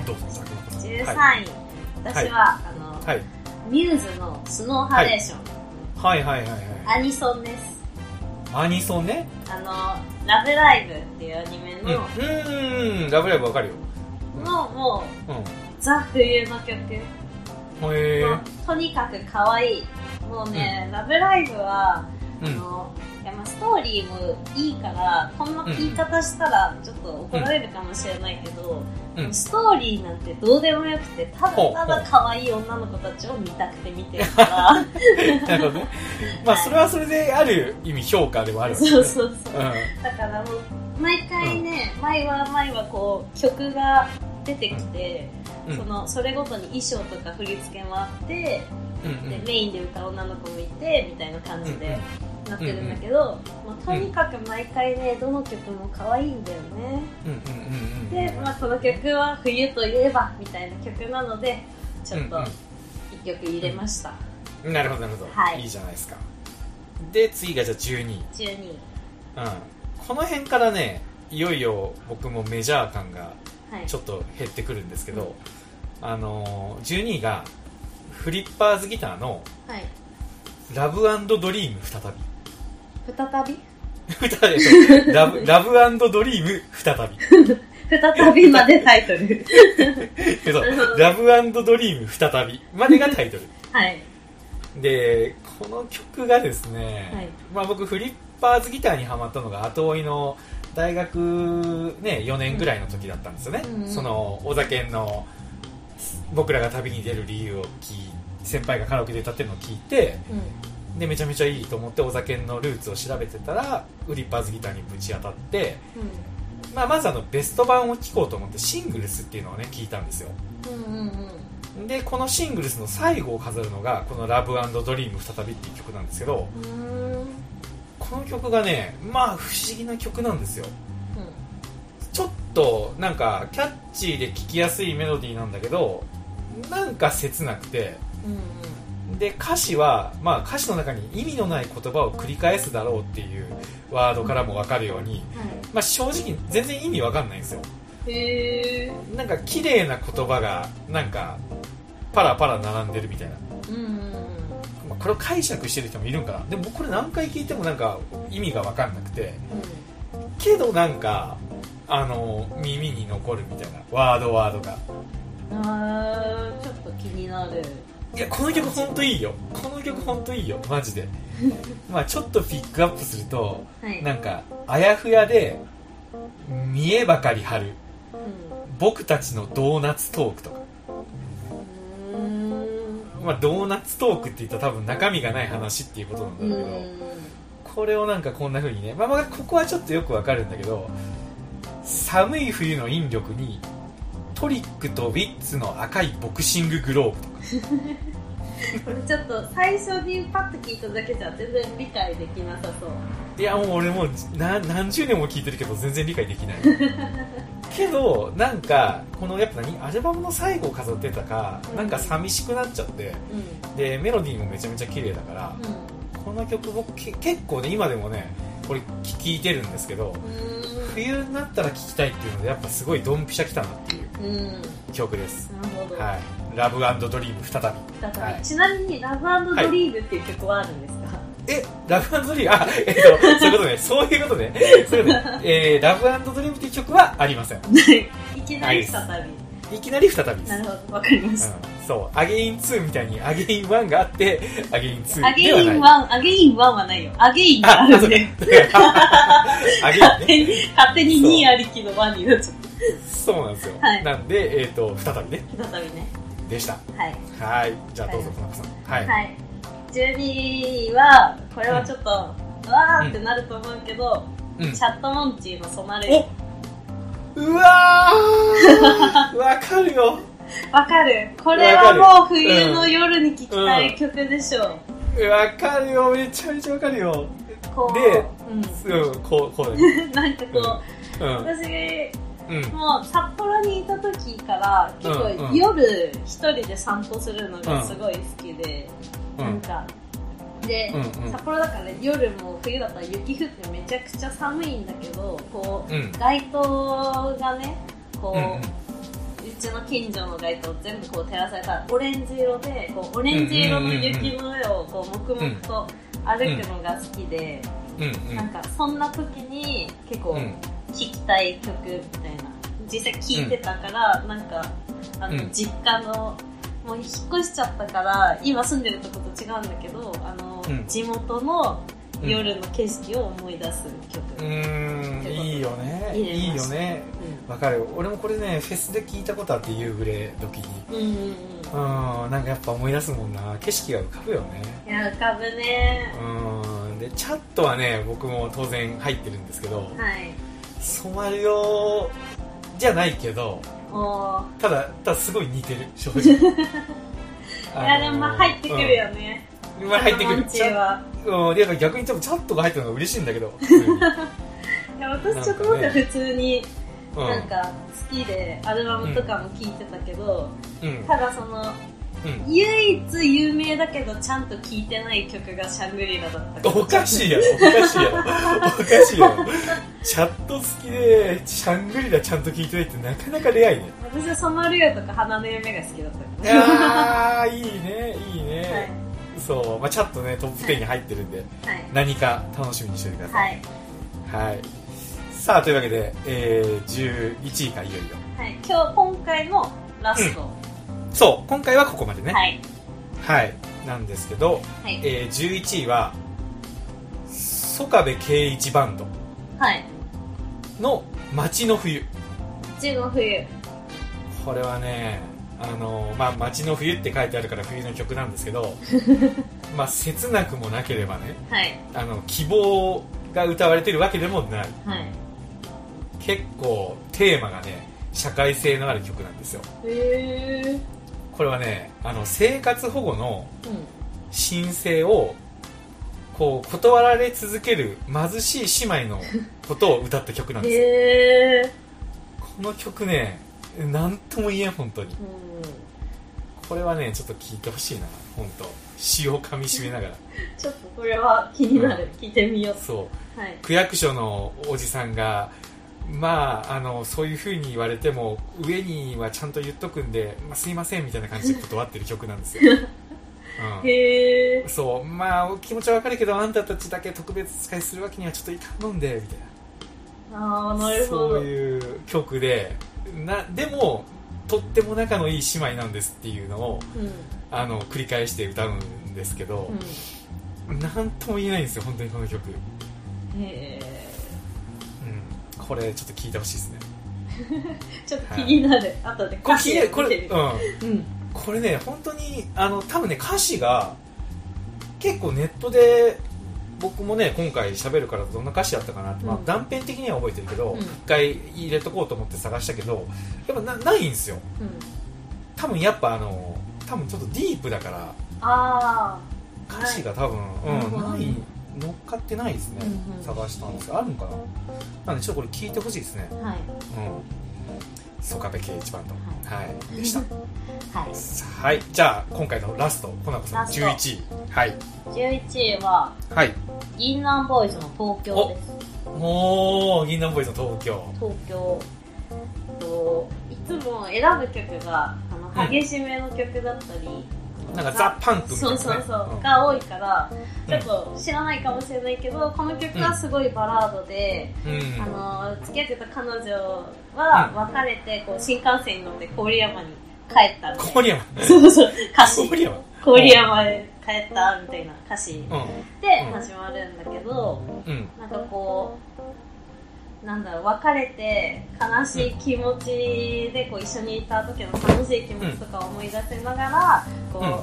どうぞ佐久間さん。 じゅうさんい、はい、私は、はい、あの、はい、ミューズのスノーハレーション、 はい、はいはいはいはいアニソンです。 アニソンね。 あのラブライブっていうアニメの、 うん、うんラブライブわかるよ。 のもう、うん、ザ冬の曲。へー。 とにかく可愛い。もうね、うん、ラブライブは、うん、あのいやまあストーリーもいいからこんな言い方したらちょっと怒られるかもしれないけど、うん、ストーリーなんてどうでもよくてただただ可愛い女の子たちを見たくて見てるからなるほどね。まあそれはそれである意味評価でもあるわけね。 そうそうそう、うん、だからもう毎回ね、うん、毎話毎話こう曲が出てきて、うん、そのそれごとに衣装とか振り付けもあって、うんうん、でメインで歌う女の子もいてみたいな感じで、うんうんなってるんだけど、まあ、とにかく毎回ねどの曲も可愛いんだよね、うんうんうんうん、で、まあ、この曲は冬といえばみたいな曲なのでちょっといっきょく入れました、 うんうん、なるほどなるほど、はい、いいじゃないですか。で次がじゃあじゅうにい、 じゅうにい、うん、 この辺からねいよいよ僕もメジャー感がちょっと減ってくるんですけど、はい、あのー、じゅうにいがフリッパーズギターのラブ&ドリーム再び再びラブ、ラブ&ドリーム再び再びまでタイトルラブ&ドリーム再びまでがタイトルはいでこの曲がですね、はいまあ、僕フリッパーズギターにハマったのが後追いの大学、ね、よねんぐらいの時だったんですよね、うん、そのお酒の僕らが旅に出る理由を聞い先輩がカラオケで歌ってるのを聞いて、うん、でめちゃめちゃいいと思ってお酒のルーツを調べてたらフリッパーズギターにぶち当たって、うんまあ、まずあのベスト版を聴こうと思ってシングルスっていうのをね聞いたんですよ、うんうんうん、でこのシングルスの最後を飾るのがこのラブ&ドリーム再びっていう曲なんですけど、うんこの曲がねまあ不思議な曲なんですよ、うん、ちょっとなんかキャッチーで聴きやすいメロディーなんだけどなんか切なくて、うんうん、で歌詞は、まあ、歌詞の中に意味のない言葉を繰り返すだろうっていうワードからも分かるように、うんはいまあ、正直全然意味分かんないんですよ。へーなんか綺麗な言葉がなんかパラパラ並んでるみたいな、うんうんまあ、これを解釈してる人もいるんかな。でもこれ何回聞いてもなんか意味が分かんなくて、うん、けどなんかあの耳に残るみたいなワードワードがあーちょっと気になる。 いやこの曲ほんといいよこの曲ほんといいよマジでまあちょっとピックアップすると、はい、なんかあやふやで見栄ばかり張る、うん、僕たちのドーナツトークとか、うーん、まあ、ドーナツトークって言ったら多分中身がない話っていうことなんだけど、これをなんかこんな風にね、まあ、まあここはちょっとよくわかるんだけど、寒い冬の引力にトリックとウィッツの赤いボクシンググローブとかこれちょっと最初にパッと聞いただけじゃ全然理解できなさそう。 いやもう俺もう何十年も聞いてるけど全然理解できないけどなんかこのやっぱ何アルバムの最後を飾ってたか、うん、なんか寂しくなっちゃって、うん、でメロディーもめちゃめちゃ綺麗だから、うん、この曲僕結構ね今でもねこれ聴いてるんですけど、冬になったら聴きたいっていうのでやっぱすごいドンピシャきたなっていう曲です。 なるほど、 はい、ラブ&ドリーム再び、 再び、はい、ちなみにラブ&ドリームっていう曲はあるんですか？はい、 え、ラブ&ドリーム、あ、えっと、そういうことね、そういうことね、そういうことね、えー、ラブ&ドリームっていう曲はありません。 いきなり再び。 いきなり再びです。 なるほど、わかりました。 うん、そう、アゲインツーみたいにアゲインワンがあって、アゲインツーではない。 アゲインワン、アゲインワンはないよ。アゲインがあるんで。アゲインね。勝手ににありきのワンになっちゃった。 そうなんですよ。はい、なんで、えっと、再びね。 再びね。 でした。 はい。 はい。じゃあどうぞ、田中さん。はい。 はい。じゅうにいは、これはちょっと、うん、わーってなると思うけど、うん、チャットモンチーの染まる。 うわーわかるよ。 わかる。これはもう冬の夜に聴きたい曲でしょう。わ、 うん、かるよ。めちゃめちゃわかるよ。 こうで、うん、うん、こう、こうね。 なんかこう、うん、私、うん、もう札幌にいた時から結構、うんうん、夜一人で散歩するのがすごい好きで、うん、なんかで、うんうん、札幌だから、ね、夜も冬だったら雪降ってめちゃくちゃ寒いんだけどこう、うん、街灯がねこう、うんうん、うちの近所の街灯全部こう照らされたオレンジ色でこうオレンジ色の雪の上をこう黙々と歩くのが好きで、うんうん、なんかそんな時に結構、うん聴きたい曲みたいな実際聴いてたから、うん、なんかあの、うん、実家のもう引っ越しちゃったから今住んでるとこと違うんだけどあの、うん、地元の夜の景色を思い出す曲、 うん、いいよねいいよねわ、うん、かる。俺もこれねフェスで聴いたことあって夕暮れ時に、うんうんうん、なんかやっぱ思い出すもんな。景色が浮かぶよね。 いや浮かぶね。 うんでチャットはね僕も当然入ってるんですけど、はい染まるよじゃないけどただただすごい似てる正直いやでもまあ入ってくるよね、 うん、まあ入ってくるチャうんで逆にちょっとチャットが入ってるのが嬉しいんだけどいや私ちょっと待って普通になんか好きでアルバムとかも聴いてたけど、うん、ただそのうん、唯一有名だけどちゃんと聴いてない曲がシャングリラだったから。 おかしいやろおかしいやろおかしいやろチャット好きでシャングリラちゃんと聴いてないってなかなかレアいね。 私は染まるよとか花の夢が好きだったから。あーいいねいいね、はい、そう、まあ、チャットねトップじゅうに入ってるんで、はい、何か楽しみにしておいてください。はい、はい、さあというわけで、えー、じゅういちいかいよいよ、 はい、今日今回のラスト、うんそう今回はここまでね。 はい、 はい、なんですけど、はい、えー、じゅういちいは曽我部圭一バンドの街の冬。 街の冬これはねあの、まあ、街の冬って書いてあるから冬の曲なんですけどまあ切なくもなければね、はい、あの希望が歌われてるわけでもない、はい、結構テーマがね社会性のある曲なんですよ。へーこれはねあの生活保護の申請をこう断られ続ける貧しい姉妹のことを歌った曲なんですよ。へーこの曲ねなんとも言えん本当に、うん、これはねちょっと聴いてほしいな本当詩を噛み締めながらちょっとこれは気になる、うん、聞いてみよう。 そう、はい、区役所のおじさんがまあ、あのそういう風に言われても上にはちゃんと言っとくんで、まあ、すいませんみたいな感じで断ってる曲なんですよ、うん、へーそうまあ気持ちはわかるけどあんたたちだけ特別扱いするわけにはちょっといかんのんでみたいな。あーなるほど。 そういう曲でなでもとっても仲のいい姉妹なんですっていうのを、うん、あの繰り返して歌うんですけど、うんなんとも言えないんですよ本当にこの曲。へえ、 うん、これちょっと聞いてほしいですねちょっと気になる、はい、後で歌詞を見てみる。 うん、うん、これね本当にあの多分ね歌詞が結構ネットで僕もね今回喋るからどんな歌詞だったかなって、うん、まあ、断片的には覚えてるけど、うん、一回入れとこうと思って探したけどやっぱ な, ないんですよ、うん、多分やっぱあの多分ちょっとディープだからあ歌詞が多分、うん、ない乗っかってないですね、うんうん、探したんですがあるのかな。なんでちょっとこれ聞いてほしいですね。 はい、 うん、曽我部圭一バンド、はい、はい、でしたはい、 はい、じゃあ今回のラストコナコさんじゅういちい、はい、 じゅういちいは、はい、銀杏ボーイズの東京です。 おお、銀杏ボーイズの東京東京といつも選ぶ曲があの激しめの曲だったり、うん、 なんかザ・パンクみたいな、ね、 そうそうそう、うん、が多いからちょっと知らないかもしれないけど、うん、この曲はすごいバラードで、うん、あの付き合ってた彼女は別れてこう新幹線に乗って郡山に帰ったみたいな。 郡山そうそう、歌詞郡山郡山へ帰ったみたいな歌詞で始まるんだけど、うん、なんかこうなんだろう、別れて悲しい気持ちでこう一緒にいた時の楽しい気持ちとかを思い出せながら、こう、うん、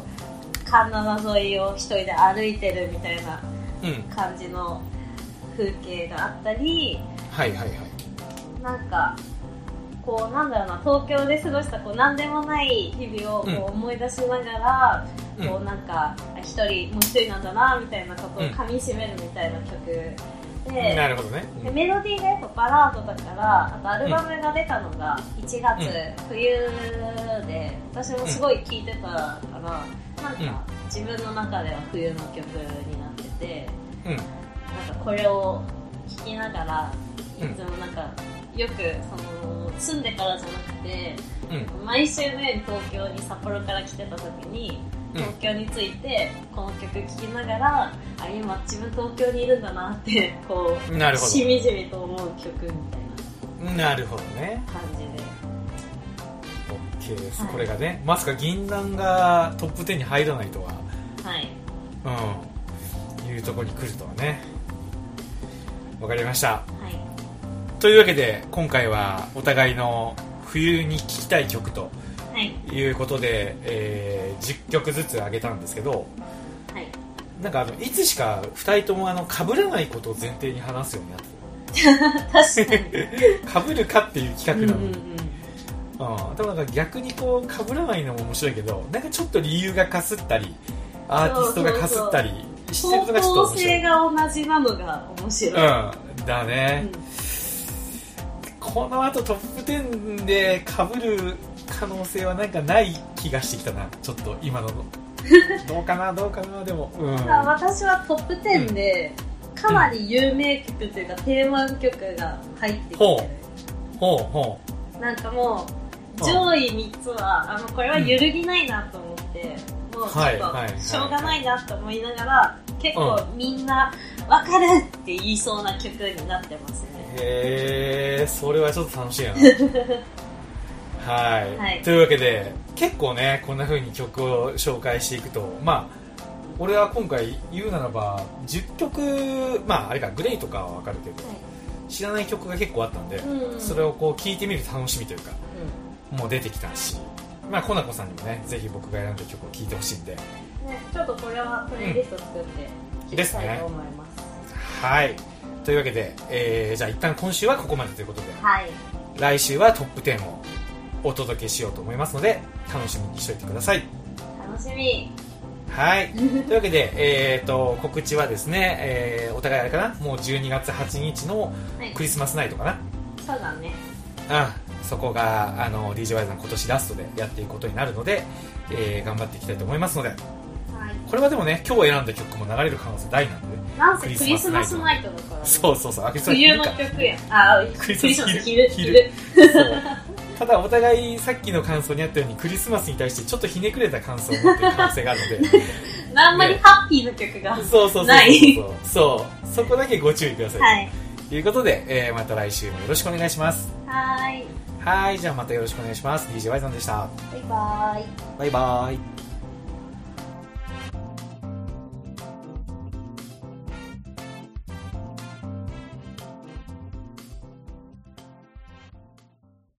環七沿いを一人で歩いてるみたいな感じの風景があったり、 はいはいはい、 なんかこうなんだろうな、東京で過ごしたこう何でもない日々をこう思い出しながら、うん、こうなんか一人もう一人なんだなみたいなことをかみしめるみたいな曲で、 うん、なるほどね、 でメロディーがやっぱバラードだから、あとアルバムが出たのがいちがつ、うん、冬で私もすごい聴いてたから、なんか自分の中では冬の曲になってて、うん、なんかこれを聴きながらいつもなんかよくその住んでからじゃなくて、うん、毎週のように東京に札幌から来てた時に東京についてこの曲聴きながら、あ、今自分東京にいるんだなってこうなるほどしみじみと思う曲みたいななるほどね感じで OK です、はい、これがねまさか銀杏がトップじゅうに入らないとは、 はい、 うん、いうところに来るとはね。わかりました、 はい、 というわけで今回はお互いの冬に聴きたい曲ということで、はい、えー、じゅっきょくずつ上げたんですけど、 はい、 なんかあのいつしかふたりともあの被らないことを前提に話すようになって確かに被るかっていう企画なのに、うんうんうん、うん、でもなんか逆にこう被らないのも面白いけど、なんかちょっと理由がかすったりアーティストがかすったりしてるのがちょっと面白い。 方向性が同じなのが面白い、 うん、だね、うん、この後トップじゅうで被る可能性はなんかない気がしてきたな、ちょっと今のどうかなどうかな。でも、うん、 私はトップじゅうでかなり有名曲というか、うん、定番曲が入ってきてる。 ほうほうほう、なんかもう上位みっつはあのこれは揺るぎないなと思って、うん、もうちょっとしょうがないなと思いながら、結構みんな分かるって言いそうな曲になってますね。 へー、それはちょっと楽しいなはい、はい、というわけで結構ねこんな風に曲を紹介していくと、まあ俺は今回言うならばじゅっきょく、まああれかグレイとかは分かるけど、はい、知らない曲が結構あったんで、うん、それをこう聴いてみる楽しみというか、うん、もう出てきたし、まあコナコさんにもねぜひ僕が選んだ曲を聴いてほしいんで、ね、 ちょっとこれはプレイリスト作って聴きたいと思います、 うん、ですね。はい、というわけで、えー、じゃあ一旦今週はここまでということで、 はい、 来週はトップじゅうをお届けしようと思いますので楽しみにしておいてください。 楽しみ。 はいというわけで、えー、と告知はですね、えー、お互いあれかな、もうじゅうにがつはちにちのクリスマスナイトかな、はい、 そうだね、 あそこがあの ディージェーワイ さん今年ラストでやっていくことになるので、えー、頑張っていきたいと思いますので、はい、これはでもね今日選んだ曲も流れる可能性大なんで、 なんせクリスマスナイトだから、ね、 そうそうそう、 冬の曲やあクリスマス昼昼ただお互いさっきの感想にあったようにクリスマスに対してちょっとひねくれた感想を持っている可能性があるのであんまりハッピーな曲がない、 そうそうそうそうそうそこだけご注意ください、 はい、 ということで、えー、また来週もよろしくお願いします。 はいはい、じゃあまたよろしくお願いします。 ディージェーワイ さんでした。 バイバイバイバイ。